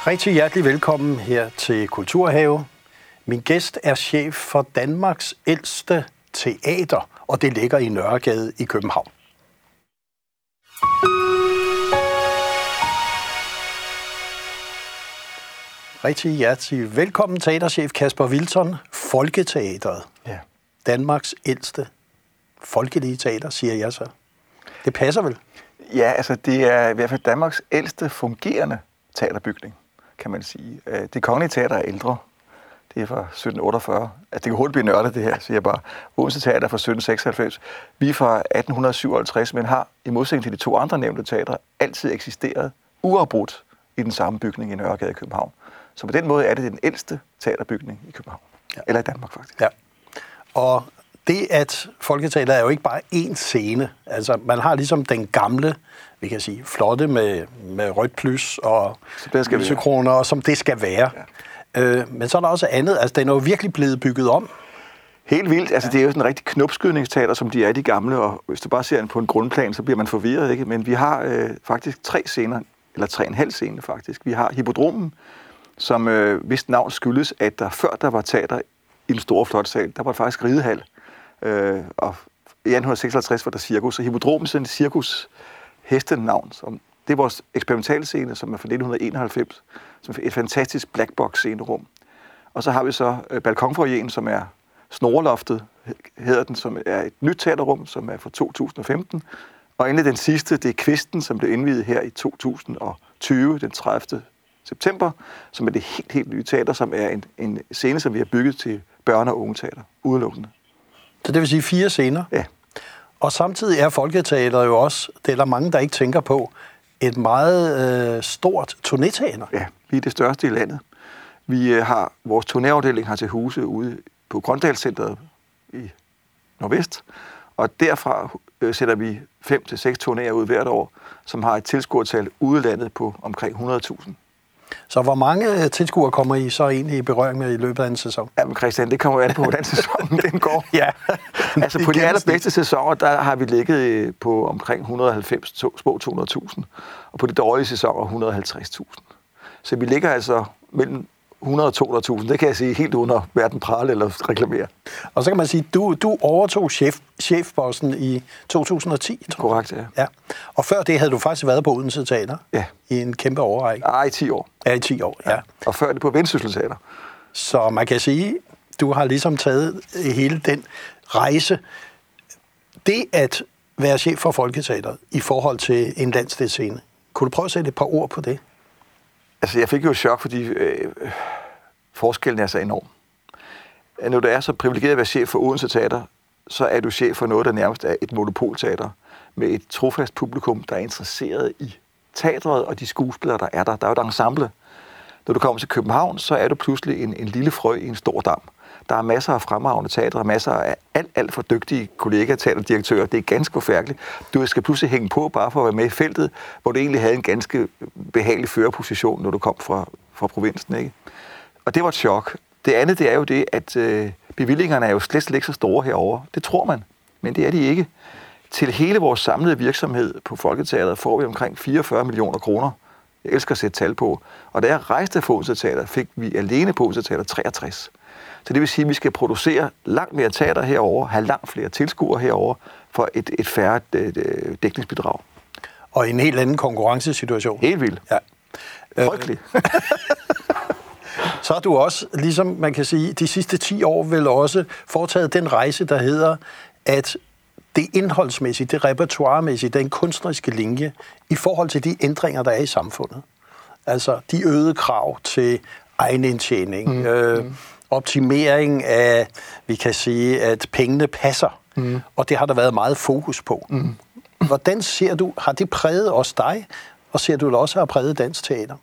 Rigtig hjertelig velkommen her til Kulturhave. Min gæst er chef for Danmarks ældste teater, og det ligger i Nørregade i København. Rigtig hjertelig velkommen, teaterchef Kasper Wilton. Folketeateret. Ja. Danmarks ældste folkelige teater, siger jeg så. Det passer vel? Ja, altså det er i hvert fald Danmarks ældste fungerende teaterbygning, kan man sige. Det Kongelige Teater er ældre. Det er fra 1748. Altså, det kan hurtigt blive nørdet, det her, siger jeg bare. Odense Teater fra 1796. Vi er fra 1857, men har i modsætning til de to andre nævnte teatre altid eksisteret uafbrudt i den samme bygning i Nørregade i København. Så på den måde er det den ældste teaterbygning i København. Ja. Eller i Danmark, faktisk. Ja. Og det, at Folketeateret er jo ikke bare én scene. Altså, man har ligesom den gamle, vi kan sige, flotte med rødt plus og lysekroner, som det skal være. Ja. Men så er der også andet. Altså, den er jo virkelig blevet bygget om. Helt vildt. Altså, det er jo sådan en rigtig knopskydningsteater, som de er de gamle, og hvis du bare ser den på en grundplan, så bliver man forvirret, ikke? Men vi har faktisk 3 scener, eller 3,5 scener faktisk. Vi har Hippodromen, som vist navn skyldes, at før der var teater i en stor flot sal, der var det faktisk ridehal. Og i 1856 var der cirkus, og Hippodromen er en cirkus hestenavn. Det er vores eksperimentalscene, som er fra 1991, som er et fantastisk blackbox-scenerum. Og så har vi så balkonfoyeren, som er Snoreloftet, hedder den, som er et nyt teaterrum, som er fra 2015. Og endelig den sidste, det er Kvisten, som blev indviet her i 2020, den 30. september, som er det helt nye teater, som er en scene, som vi har bygget til børne- og ungeteater, udelukkende. Så det vil sige 4 scener? Ja. Og samtidig er Folketeateret jo også, det er der mange, der ikke tænker på, et meget stort turnéteater. Ja, vi er det største i landet. Vi har vores turnéafdeling har til huse ude på Grøndalscenteret i Nordvest, og derfra sætter vi 5-6 turnéer ud hvert år, som har et tilskuertal ude i landet på omkring 100.000. Så hvor mange tilskuere kommer I så egentlig i berøring med i løbet af en sæson? Jamen Christian, det kommer jo an på, hvordan sæsonen den går. Ja. Altså på de allerbedste sæsoner, der har vi ligget på omkring 190, små 200.000, og på de dårlige sæsoner 150.000. Så vi ligger altså mellem 100 og 200.000, det kan jeg sige helt uden at hverken prale eller reklamere. Og så kan man sige, du overtog chefposten i 2010, tror jeg. Korrekt, ja. Ja. Og før det havde du faktisk været på Odense Teater. Ja. I en kæmpe årrække. Nej, i 10 år. Ja, i 10 år, ja. Og før det på Vendsyssel Teater. Så man kan sige, du har ligesom taget hele den rejse. Det at være chef for Folketeateret i forhold til en landsdelsscene, kunne du prøve at sætte et par ord på det? Altså, jeg fik jo et chok, fordi forskellen er så enorm. Når du er så privilegeret at være chef for Odense Teater, så er du chef for noget, der nærmest er et monopolteater, med et trofast publikum, der er interesseret i teatret og de skuespillere, der er der. Der er jo et ensemble. Når du kommer til København, så er du pludselig en lille frø i en stor dam. Der er masser af fremragende teatre, masser af alt for dygtige kollegaer, teaterdirektører. Det er ganske forfærdeligt. Du skal pludselig hænge på bare for at være med i feltet, hvor du egentlig havde en ganske behagelig førerposition, når du kom fra provinsen, ikke? Og det var et chok. Det andet, det er jo det, at bevillingerne er jo slet ikke så store herovre. Det tror man, men det er de ikke. Til hele vores samlede virksomhed på Folketeateret får vi omkring 44 millioner kroner. Jeg elsker at sætte tal på. Og da jeg rejste fra Odense Teater, fik vi alene på Odense Teater 63. Så det vil sige, at vi skal producere langt mere teater herover, have langt flere tilskuere herover for et færre dækningsbidrag. Og i en helt anden konkurrencesituation. Helt vildt. Ja. Frygteligt. Så har du også, ligesom man kan sige, de sidste 10 år vel også foretaget den rejse, der hedder, at det indholdsmæssigt, det repertoiremæssigt, den kunstneriske linje i forhold til de ændringer, der er i samfundet. Altså de øgede krav til egenindtjening, optimering af, vi kan sige, at pengene passer. Og det har der været meget fokus på. Hvordan ser du, har det præget også dig, og ser du det også har præget dansk teater?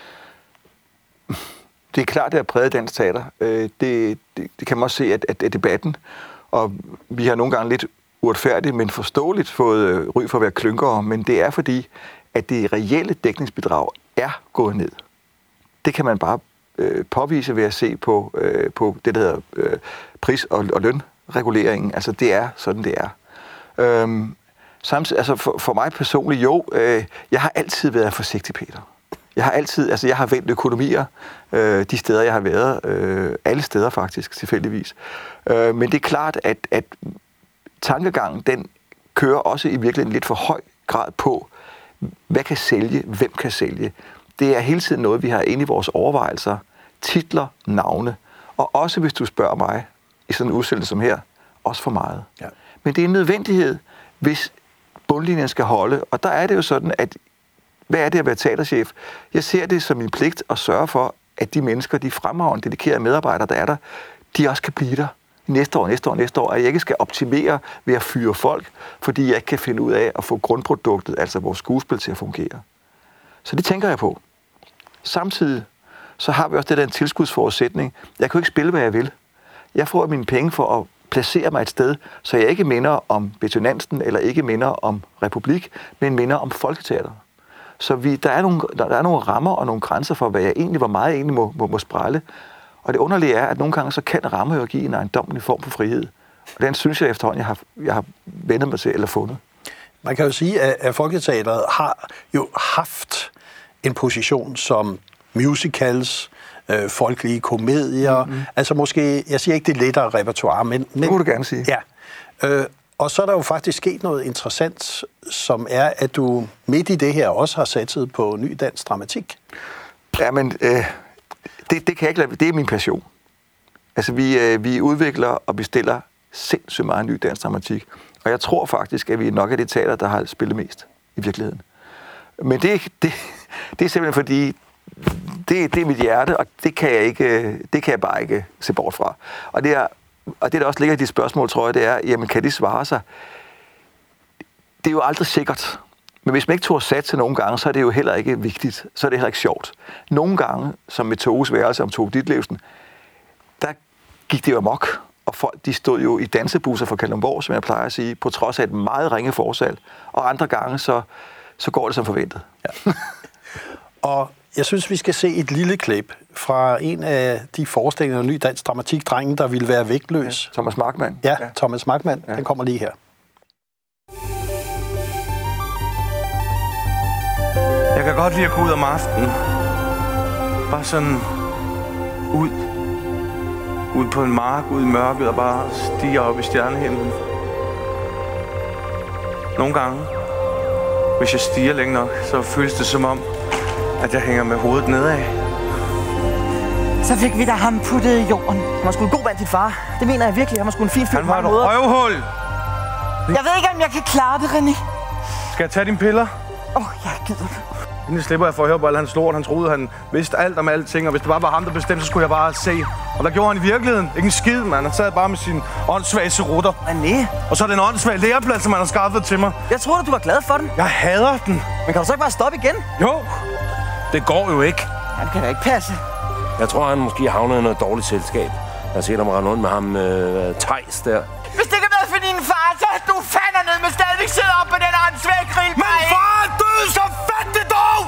Det er klart, det har præget dansk teater. Det kan man også se af debatten. Og vi har nogle gange lidt uretfærdigt, men forståeligt fået ry for at være klynkere, men det er fordi, at det reelle dækningsbidrag er gået ned. Det kan man bare påvise ved at se på det, der hedder pris- og lønreguleringen. Altså, det er sådan, det er. Samtidig, altså for mig personligt, jeg har altid været forsigtig, Peter. Jeg har vendt økonomier de steder, jeg har været. Alle steder faktisk, tilfældigvis. Men det er klart, at tankegangen, den kører også i virkeligheden lidt for høj grad på, hvad kan sælge, hvem kan sælge. Det er hele tiden noget, vi har inde i vores overvejelser. Titler, navne. Og også hvis du spørger mig i sådan en udsendelse som her, også for meget. Ja. Men det er en nødvendighed, hvis bundlinjen skal holde. Og der er det jo sådan, at hvad er det at være teaterchef? Jeg ser det som min pligt at sørge for, at de mennesker, de fremragende, dedikerede medarbejdere, der er der, de også kan blive der næste år, at jeg ikke skal optimere ved at fyre folk, fordi jeg ikke kan finde ud af at få grundproduktet, altså vores skuespil, til at fungere. Så det tænker jeg på. Samtidig så har vi også det der en tilskudsforudsætning. Jeg kan jo ikke spille, hvad jeg vil. Jeg får mine penge for at placere mig et sted, så jeg ikke minder om Betonansen, eller ikke minder om Republik, men minder om Folketeater. Så der er nogle rammer og nogle grænser for, hvor meget jeg egentlig må sprælle. Og det underlige er, at nogle gange så kan rammer jo give en ejendommelig form for frihed. Og den synes jeg efterhånden, jeg har vendt mig til eller fundet. Man kan jo sige, at Folketeateret har jo haft en position som musicals, folkelige komedier, altså måske, jeg siger ikke det lettere repertoire, men det må du gerne sige. Ja. Og så er der jo faktisk sket noget interessant, som er, at du midt i det her også har satset på ny dansk dramatik. Ja, men det kan jeg ikke lade. Det er min passion. Altså, vi udvikler og bestiller sindssygt meget ny dansk dramatik. Og jeg tror faktisk, at vi nok er det teater, der har spillet mest i virkeligheden. Men det er simpelthen fordi, det er mit hjerte, og det kan jeg bare ikke se bort fra. Og det, der også ligger i de spørgsmål, tror jeg, det er, jamen, kan de svare sig? Det er jo aldrig sikkert. Men hvis man ikke tog sat til nogle gange, så er det jo heller ikke vigtigt. Så er det heller ikke sjovt. Nogle gange, som med Toges værelse om Tove Ditlevsen, der gik det jo amok. Og folk, de stod jo i dansebusser fra Kalundborg, som jeg plejer at sige, på trods af et meget ringe forsalg. Og andre gange, så går det som forventet. Ja. Og jeg synes, vi skal se et lille klip fra en af de forestillinger af ny dansk dramatik, Drengen, der ville være vægtløs. Ja, Thomas Markmann. Ja, Thomas Markmann. Ja. Den kommer lige her. Jeg kan godt lide at gå ud om aftenen. Bare sådan ud på en mark, ud i mørket og bare stige op i stjernehimlen. Nogle gange, hvis jeg stiger længe nok, så føles det som om, at jeg hænger med hovedet nedad. Så fik vi da ham puttet i jorden. Han var sgu en god mand, din far. Det mener jeg virkelig. Han var sgu en fin fyr. Han var et røvhul! Jeg ved ikke, om jeg kan klare det, René. Skal jeg tage dine piller? Jeg gider det. Inden slipper jeg for at høre på alle hans lort. Han troede, han vidste alt om alting, og hvis det bare var ham, der bestemte, så skulle jeg bare se. Og der gjorde han i virkeligheden ikke en skid, mand. Han sad bare med sine åndssvage serutter. René. Og så er det en åndssvag læreplads, som han har skaffet til mig. Jeg troede, du var glad for den. Jeg hader den. Men kan du så ikke bare stoppe igen? Jo. Det går jo ikke. Han kan da ikke passe. Jeg tror, han måske havner i noget dårligt selskab. Jeg har set ham rende rundt med ham Theis der. Hvis det ikke er med for din far, så er du fanden ned, men stadigvæk sidder op på den åndssvage grill. Men far er død, så fat det dog!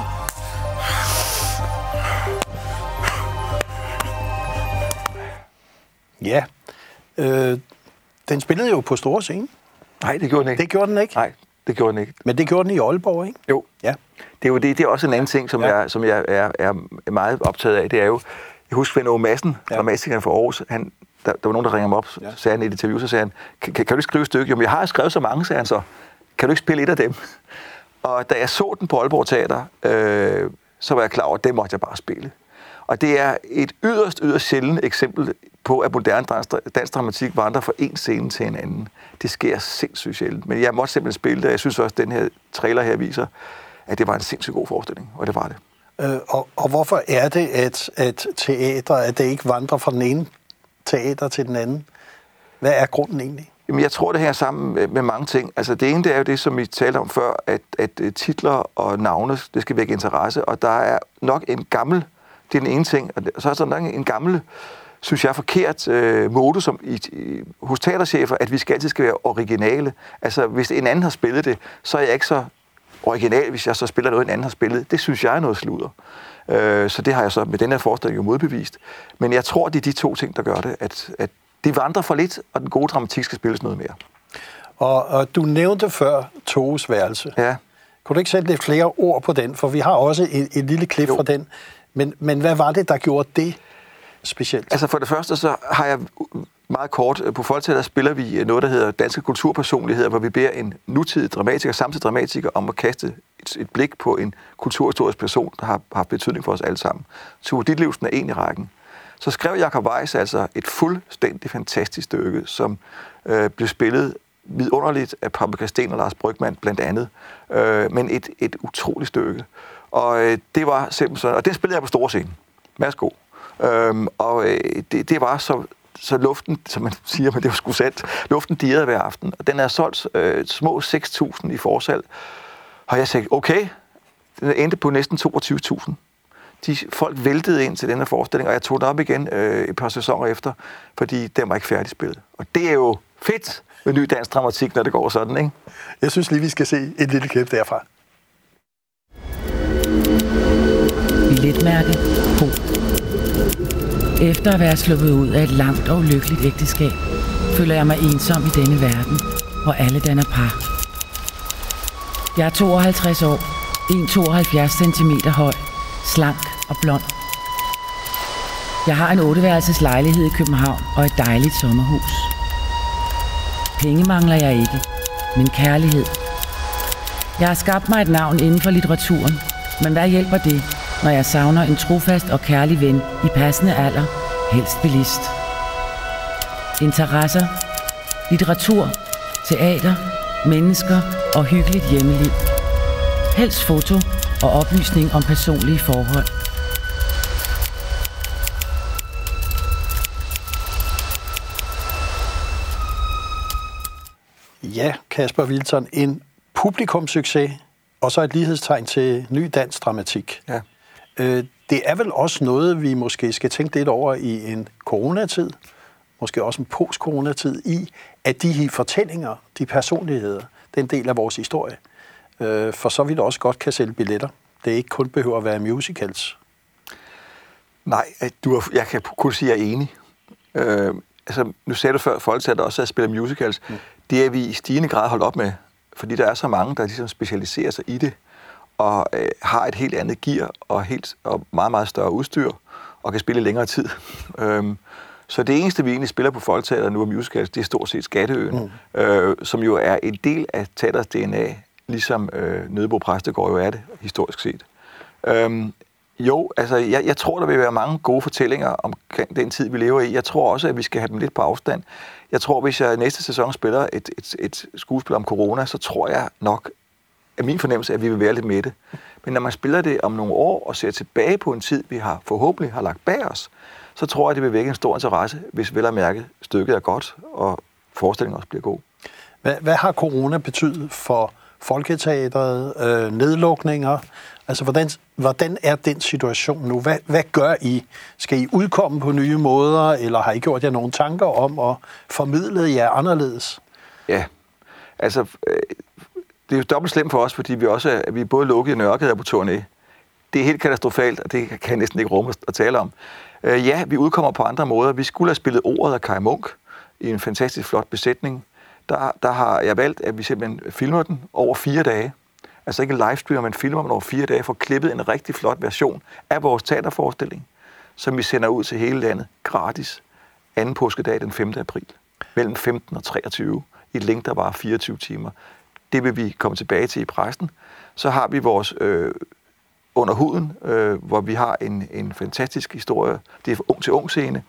Ja. Den spillede jo på store scene. Nej, det gjorde den ikke. Det gjorde den ikke? Nej, det gjorde den ikke. Men det gjorde den i Aalborg, ikke? Jo. Ja. Det er jo det er også en anden ting, som jeg er meget optaget af. Det er jo, jeg husker Svend Aage Madsen, dramatikeren fra Aarhus, der var nogen, der ringer ham op, sagde han i et interview, så sagde han, kan du ikke skrive et stykke? Jo, jeg har skrevet så mange, sagde han så. Kan du ikke spille et af dem? Og da jeg så den på Aalborg Teater, så var jeg klar over, at det måtte jeg bare spille. Og det er et yderst sjældent eksempel på, at moderne dansk dramatik vandrer fra en scene til en anden. Det sker sindssygt sjældent. Men jeg måtte simpelthen spille det, og jeg synes også, at den her trailer her viser, at det var en sindssygt god forestilling, og det var det. Og hvorfor er det, at teater, at det ikke vandrer fra den ene teater til den anden? Hvad er grunden egentlig? Jamen, jeg tror, det her sammen med mange ting. Altså, det ene, det er jo det, som vi talte om før, at titler og navne, det skal vække interesse, og der er nok en gammel, det er den ene ting, og så er der nok en gammel, synes jeg, forkert mode hos teaterchefer, at vi altid skal være originale. Altså, hvis en anden har spillet det, så er jeg ikke så original, hvis jeg så spiller noget, en anden har spillet. Det synes jeg er noget sludder. Så det har jeg så med den her forestilling jo modbevist. Men jeg tror, det er de to ting, der gør det, at de vandrer for lidt, og den gode dramatik skal spilles noget mere. Og du nævnte før Toges værelse. Ja. Kunne du ikke sætte lidt flere ord på den? For vi har også et lille klip fra den. Men hvad var det, der gjorde det specielt? Altså for det første, så har jeg meget kort på Folketeatret spiller vi noget, der hedder danske kulturpersonligheder, hvor vi beder en nutidig dramatiker, samtidig dramatiker, om at kaste et blik på en kulturhistorisk person, der har haft betydning for os alle sammen. Tove Ditlevsen er en i rækken. Så skrev Jacob Weiss altså et fuldstændig fantastisk stykke, som blev spillet vidunderligt af Paprika Steen og Lars Brygmann blandt andet, men et utroligt stykke. Og det var simpelthen, og det spillede jeg på store scene. Værsgo. Det var så luften, som man siger, men det var sgu sandt, luften dirrede hver aften. Og den er solgt små 6.000 i forsalg. Og jeg sagde, okay, den endte på næsten 22.000. Folk væltede ind til denne forestilling, og jeg tog den op igen et par sæsoner efter, fordi den var ikke færdigspillet. Og det er jo fedt med ny dansk dramatik, når det går sådan, ikke? Jeg synes lige, vi skal se et lille klip derfra. Billetmærke Bo. Efter at være sluppet ud af et langt og ulykkeligt ægteskab, føler jeg mig ensom i denne verden, hvor alle danner par. Jeg er 52 år, 1,72 cm høj, slank og blond. Jeg har en 8-værelses lejlighed i København og et dejligt sommerhus. Penge mangler jeg ikke, men kærlighed. Jeg har skabt mig et navn inden for litteraturen, men hvad hjælper det, når jeg savner en trofast og kærlig ven i passende alder, helst bilist. Interesser, litteratur, teater, mennesker og hyggeligt hjemmeliv. Helst foto og oplysning om personlige forhold. Ja, Kasper Wilton, en publikumssucces, og så et lighedstegn til ny dansk dramatik. Ja. Det er vel også noget, vi måske skal tænke lidt over i en coronatid, måske også en post-coronatid, i at de fortællinger, de personligheder, den del af vores historie, for så vidt også godt kan sælge billetter. Det ikke kun behøver at være musicals. Nej, jeg kan kun sige, at jeg er enig. Nu sagde du før, at Folketeatret også er at spille musicals. Det er vi i stigende grad holdt op med, fordi der er så mange, der ligesom specialiserer sig i det, og har et helt andet gear og meget, meget større udstyr, og kan spille længere tid. Så det eneste, vi egentlig spiller på Folketeatret nu af musicals, det er stort set Skatteøen, som jo er en del af teaters DNA, ligesom Nødebo Præstegård jo er det, historisk set. Jeg tror, der vil være mange gode fortællinger omkring den tid, vi lever i. Jeg tror også, at vi skal have dem lidt på afstand. Jeg tror, hvis jeg næste sæson spiller et skuespil om corona, så tror jeg nok, af min fornemmelse, at vi vil være lidt med det. Men når man spiller det om nogle år og ser tilbage på en tid, vi forhåbentlig har lagt bag os, så tror jeg, det vil vække en stor interesse, hvis vel at mærke stykket er godt, og forestillingen også bliver god. Hvad har corona betydet for Folketeatret, nedlukninger? Altså, hvordan er den situation nu? Hvad gør I? Skal I udkomme på nye måder, eller har I gjort jer nogle tanker om at formidle jer anderledes? Ja, altså, det er jo dobbelt slemt for os, fordi vi er både lukket i Nørregade på turné. Det er helt katastrofalt, og det kan jeg næsten ikke rumme at tale om. Ja, vi udkommer på andre måder. Vi skulle have spillet Ordet af Kai Munk i en fantastisk flot besætning. Der har jeg valgt, at vi simpelthen filmer den over 4 dage. Altså ikke livestreamer, men filmer den over 4 dage, for klippet en rigtig flot version af vores teaterforestilling, som vi sender ud til hele landet gratis anden påskedag den 5. april, mellem 15 og 23, i et link, der var 24 timer. Det vil vi komme tilbage til i pressen. Så har vi vores Under huden, hvor vi har en fantastisk historie. Det er ung til ung scene.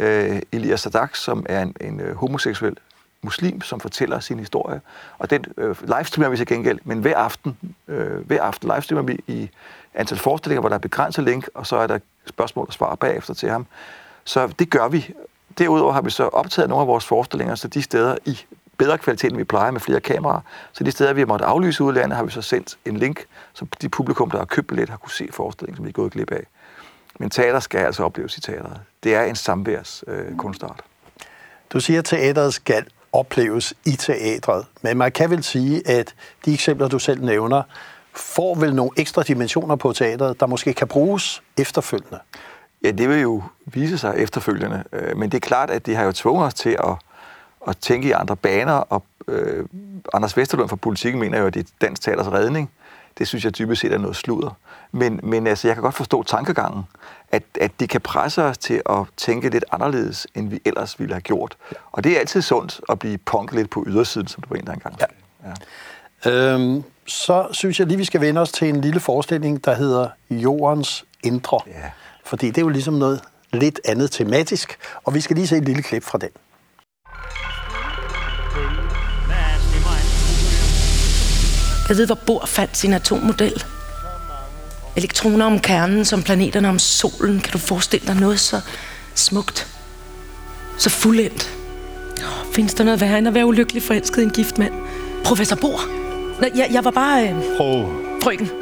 Elias Sadak, som er en homoseksuel muslim, som fortæller sin historie. Og den livestreamer vi til gengæld, men hver aften livestreamer vi i antal forestillinger, hvor der er begrænset link, og så er der spørgsmål og svar bagefter til ham. Så det gør vi. Derudover har vi så optaget nogle af vores forestillinger, så de steder i bedre kvalitet, end vi plejer med flere kameraer. Så de steder, vi har måttet aflyse udlandet, har vi så sendt en link, så de publikum, der har købt billet, har kunne se forestillingen, som vi er gået glip af. Men teater skal altså opleves i teateret. Det er en samværs kunstart. Du siger, at teateret skal opleves i teatret, men man kan vel sige, at de eksempler, du selv nævner, får vel nogle ekstra dimensioner på teateret, der måske kan bruges efterfølgende? Ja, det vil jo vise sig efterfølgende, men det er klart, at det har jo tvunget os til at tænke i andre baner, og Anders Vesterlund fra Politikken mener jo, at det er dansk teaters redning. det synes jeg dybest set er noget sludder. Men altså, jeg kan godt forstå tankegangen, at det kan presse os til at tænke lidt anderledes, end vi ellers ville have gjort. Og det er altid sundt at blive punket lidt på ydersiden, som du var en der engang. Ja. Så synes jeg lige, vi skal vende os til en lille forestilling, der hedder Jordens indre. Ja. Fordi det er jo ligesom noget lidt andet tematisk, og vi skal lige se et lille klip fra den. Jeg ved, hvor Bohr fandt sin atommodel. Elektroner om kernen, som planeterne om solen. Kan du forestille dig noget så smukt? Så fuldendt. Findes der noget værre end at være ulykkelig forelsket i en gift mand? Professor Bohr? Jeg var bare... frøken.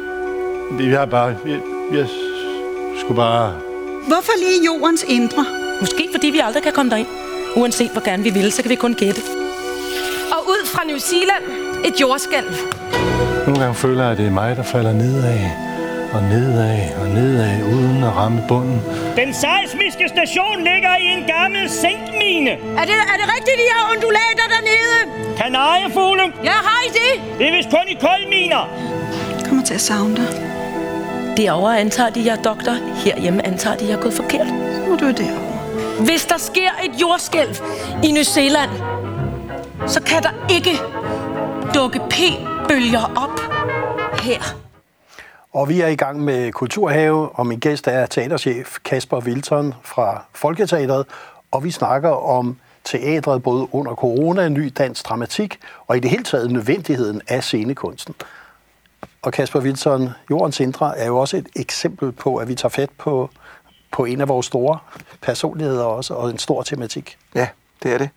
Jeg skulle bare... Hvorfor lige jordens indre? Måske fordi vi aldrig kan komme derind. Uanset hvor gerne vi vil, så kan vi kun gætte. Og ud fra New Zealand, et jordskælv. Nogle gange føler jeg, at det er mig, der falder nedad og nedad og nedad, uden at ramme bunden. Den seismiske station ligger i en gammel zinkmine. Er det rigtigt, de har undulater dernede? Kanariefugle? Ja, har I det? Det er vist kun i kulminer. Jeg kommer til at savne dig. Derovre antager de, jeg er doktor. Herhjemme antager de, jeg er gået forkert. Så må du derovre. Hvis der sker et jordskælv i New Zealand, så kan der ikke dukke p-bølger op her. Og vi er i gang med Kulturhave, og min gæst er teaterchef Kasper Wilton fra Folketeatret, og vi snakker om teatret både under corona, ny dansk dramatik, og i det hele taget nødvendigheden af scenekunsten. Og Kasper Wilton, Jordens indre er jo også et eksempel på, at vi tager fat på en af vores store personligheder også, og en stor tematik. Ja, det er det.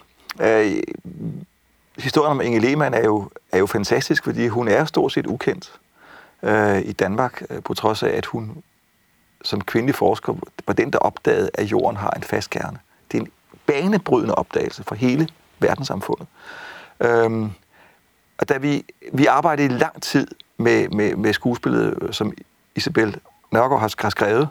Historien om Inge Lehmann er jo fantastisk, fordi hun er stort set ukendt i Danmark, på trods af, at hun som kvindelig forsker var den, der opdagede, at jorden har en fast kerne. Det er en banebrydende opdagelse for hele verdenssamfundet. Og da vi arbejdede i lang tid med skuespillet, som Isabel Nørgaard har skrevet,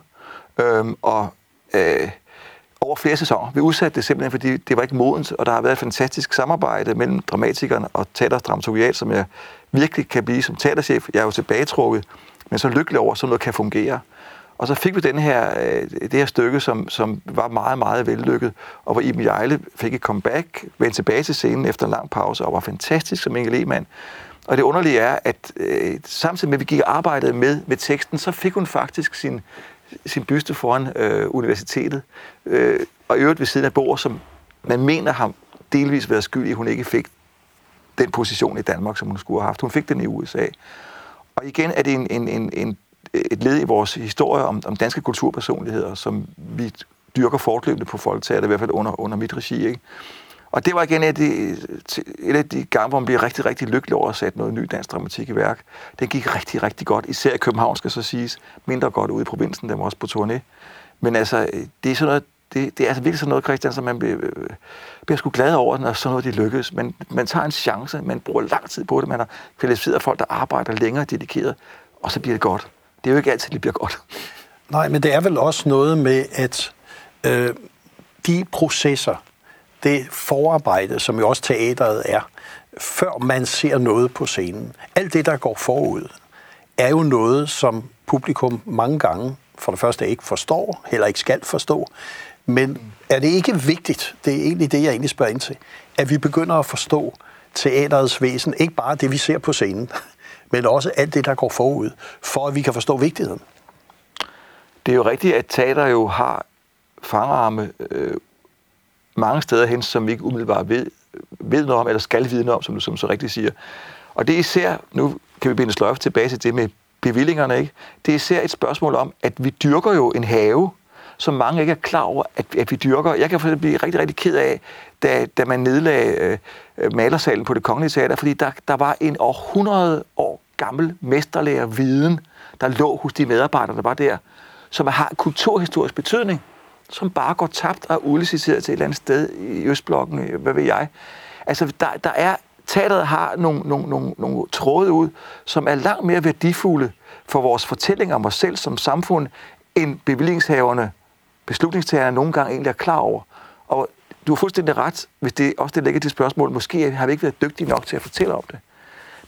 over flere sæsoner. Vi udsatte det simpelthen, fordi det var ikke modent, og der har været et fantastisk samarbejde mellem dramatikerne og teaterets dramaturgiat, som jeg virkelig kan blive som teaterchef. Jeg er jo tilbagetrukket, men så lykkelig over, så noget kan fungere. Og så fik vi det her stykke, som var meget, meget vellykket, og hvor Iben Hjejle fik et comeback, vendte tilbage til scenen efter en lang pause, og var fantastisk som Inge Lehmann. Og det underlige er, at samtidig med, at vi gik og arbejdede med teksten, så fik hun faktisk sin byste foran universitetet, og i øvrigt ved siden af Bohr, som man mener har delvis været skyld i, at hun ikke fik den position i Danmark, som hun skulle have haft. Hun fik den i USA. Og igen er det et led i vores historie om danske kulturpersonligheder, som vi dyrker fortløbende på Folketeatret, i hvert fald under mit regi, ikke? Og det var igen et af de gange, hvor man bliver rigtig, rigtig lykkelig over at sætte noget ny dansk dramatik i værk. Den gik rigtig, rigtig godt, især i København, skal så siges. Mindre godt ude i provinsen, der var også på turné. Men altså, det er sådan noget, det er altså virkelig sådan noget, Christian, som man bliver sgu glad over, når sådan noget, de lykkes. Men man tager en chance, man bruger lang tid på det, man har kvalificeret folk, der arbejder længere dedikeret, og så bliver det godt. Det er jo ikke altid, det bliver godt. Nej, men det er vel også noget med, at de processer, det forarbejde, som jo også teateret er, før man ser noget på scenen. Alt det, der går forud, er jo noget, som publikum mange gange for det første ikke forstår, heller ikke skal forstå. Men er det ikke vigtigt, det er egentlig det, jeg egentlig spørger ind til, at vi begynder at forstå teaterets væsen, ikke bare det, vi ser på scenen, men også alt det, der går forud, for at vi kan forstå vigtigheden? Det er jo rigtigt, at teater jo har fangarme mange steder hen, som vi ikke umiddelbart ved noget om, eller skal vide noget om, som du så rigtigt siger. Og det er især, nu kan vi binde sløjfe tilbage til det med bevillingerne, ikke? Det er især et spørgsmål om, at vi dyrker jo en have, som mange ikke er klar over, at vi dyrker. Jeg kan for eksempel blive rigtig, rigtig ked af, da man nedlagde malersalen på Det Kongelige Teater, fordi der var en 100 år gammel mesterlærerviden, der lå hos de medarbejdere, der var der, som har kulturhistorisk betydning, som bare går tabt og udliciteret til et eller andet sted i Østblokken, hvad ved jeg. Altså, teateret har nogle tråde ud, som er langt mere værdifulde for vores fortællinger om os selv som samfund, end bevillingshaverne, beslutningstagerne nogle gange egentlig er klar over. Og du har fuldstændig ret, hvis det også det ligger til spørgsmål, måske har vi ikke været dygtige nok til at fortælle om det.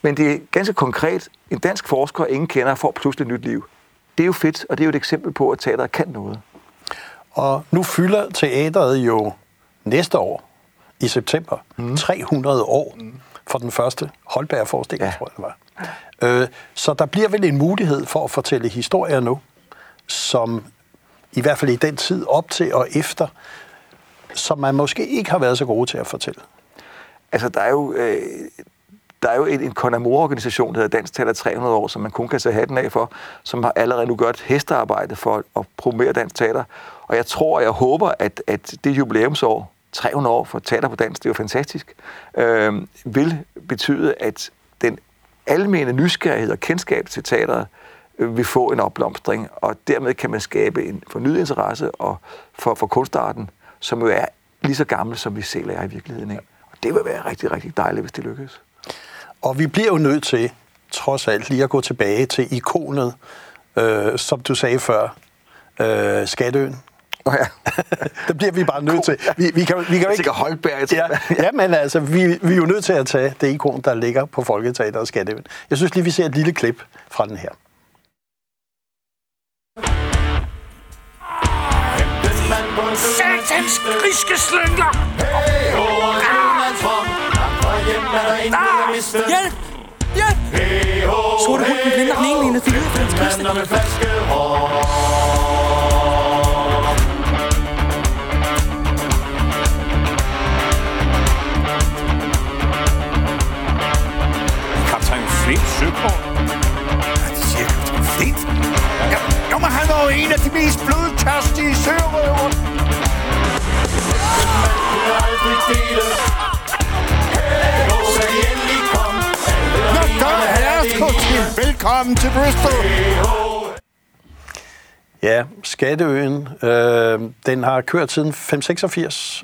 Men det er ganske konkret. En dansk forsker, ingen kender, får pludselig nyt liv. Det er jo fedt, og det er jo et eksempel på, at teateret kan noget. Og nu fylder teateret jo næste år, i september, 300 år for den første Holberg-forestilling, tror jeg det var. Så der bliver vel en mulighed for at fortælle historier nu, som i hvert fald i den tid op til og efter, som man måske ikke har været så gode til at fortælle. Altså, der er jo en Conamore-organisation, der hedder Dansk Teater 300 år, som man kun kan tage hatten af for, som har allerede nu gjort hestearbejde for at promovere dansk teater. Og jeg tror, og jeg håber, at det jubilæumsår, 300 år for teater på dansk, det er jo fantastisk, vil betyde, at den almene nysgerrighed og kendskab til teateret vil få en opblomstring, og dermed kan man skabe en fornyet interesse for kunstarten, som jo er lige så gammel, som vi selv er i virkeligheden. Ikke? Og det vil være rigtig, rigtig dejligt, hvis det lykkes. Og vi bliver jo nødt til, trods alt, lige at gå tilbage til ikonet, som du sagde før, Skatteøen. Ja. Det bliver vi bare nødt til. Vi kan jo ikke Holberg. Ja, men altså, vi er jo nødt til at tage det ikon, der ligger på Folketeatret og Skatteøen. Jeg synes lige, vi ser et lille klip fra den her. Satans griske slyngler! Hjælp! Hjælp! Sorte hunden blinder den ene fire for hans kristne. Kaptajn Flint Søborg? Ja, det siger Kaptajn Flint. Jo, men han var jo en af de mest blodtørstige sørøver. Velkommen til Bristol. Ja, Skatteøen, den har kørt siden 586.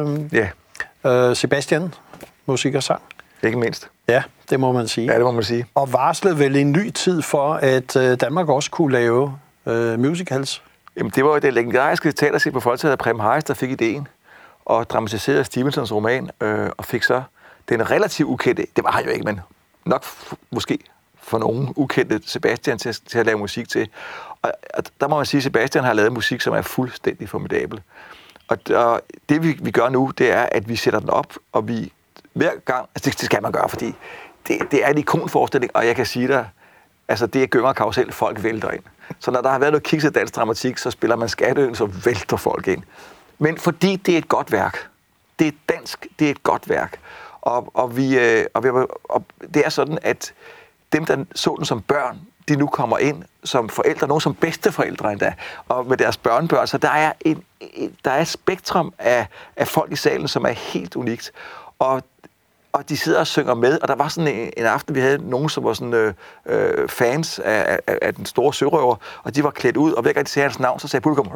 Ja. Sebastian, musik og sang. Ikke mindst. Ja, det må man sige. Ja, det må man sige. Og varslede vel en ny tid for, at Danmark også kunne lave musicals. Jamen, det var jo det legendariske teaterset på Folketeatret, Preben Heis, der fik ideen og dramatiserede Stevensons roman, og fik så den relativt ukendte, det var han jo ikke, men nok måske for nogen ukendte Sebastian til at lave musik til. Og der må man sige, at Sebastian har lavet musik, som er fuldstændig formidabel. Og det vi gør nu, det er, at vi sætter den op, og vi hver gang, altså det skal man gøre, fordi det er en ikonforestilling, og jeg kan sige dig, altså det er gynger og karusel, folk vælter ind. Så når der har været noget kikset dansk dramatik, så spiller man Skatteøen, så vælter folk ind. Men fordi det er et godt værk, det er dansk, det er et godt værk, og det er sådan, at dem, der så den som børn, de nu kommer ind som forældre, nogen som bedsteforældre endda, og med deres børnebørn. Så der er et spektrum af folk i salen, som er helt unikt. Og de sidder og synger med, og der var sådan en aften, vi havde nogen, som var sådan fans af den store sørøver, og de var klædt ud, og hver gang de sagde hans navn, så sagde publikum,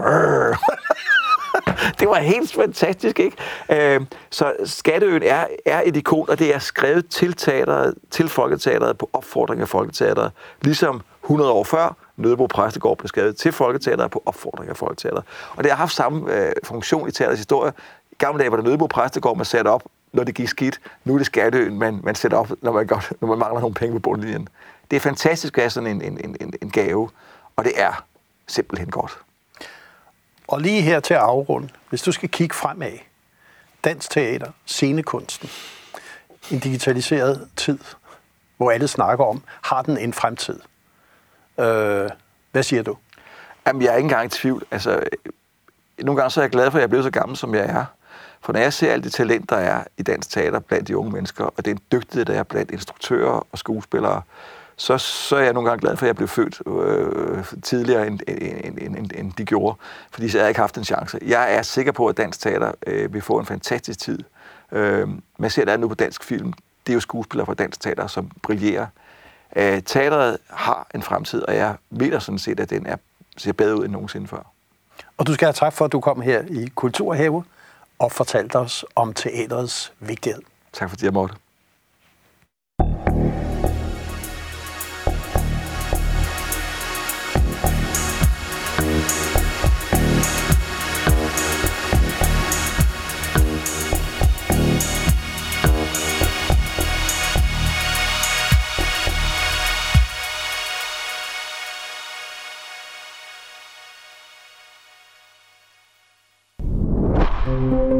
det var helt fantastisk, ikke? Så Skatteøen er et ikon, og det er skrevet til teateret, til Folketeatret på opfordring af Folketeatret, ligesom 100 år før Nødebo Præstegård blev skrevet til Folketeatret på opfordring af Folketeatret. Og det har haft samme funktion i teaterets historie. I gamle dage var det Nødebo Præstegård, man satte op, når det gik skidt. Nu er det Skatteøen, man sætter op, når man mangler nogle penge på bundlinjen. Det er fantastisk at have sådan en gave, og det er simpelthen godt. Og lige her til at afrunde, hvis du skal kigge fremad, dansk teater, scenekunsten, en digitaliseret tid, hvor alle snakker om, har den en fremtid? Hvad siger du? Jamen, jeg er ikke engang i tvivl. Altså, nogle gange så er jeg glad for, at jeg er blevet så gammel, som jeg er. For når jeg ser alt det talent, der er i dansk teater blandt de unge mennesker, og den dygtighed, der er blandt instruktører og skuespillere, så er jeg nogle gange glad for, at jeg blev født tidligere, end de gjorde. Fordi så har jeg ikke haft en chance. Jeg er sikker på, at dansk teater vil få en fantastisk tid. Man ser det nu på dansk film. Det er jo skuespillere fra dansk teater, som brillerer. Teateret har en fremtid, og jeg mener sådan set, at den ser bedre ud end nogensinde før. Og du skal have tak for, at du kom her i Kulturhave og fortalte os om teaterets vigtighed. Tak fordi jeg måtte. Thank you.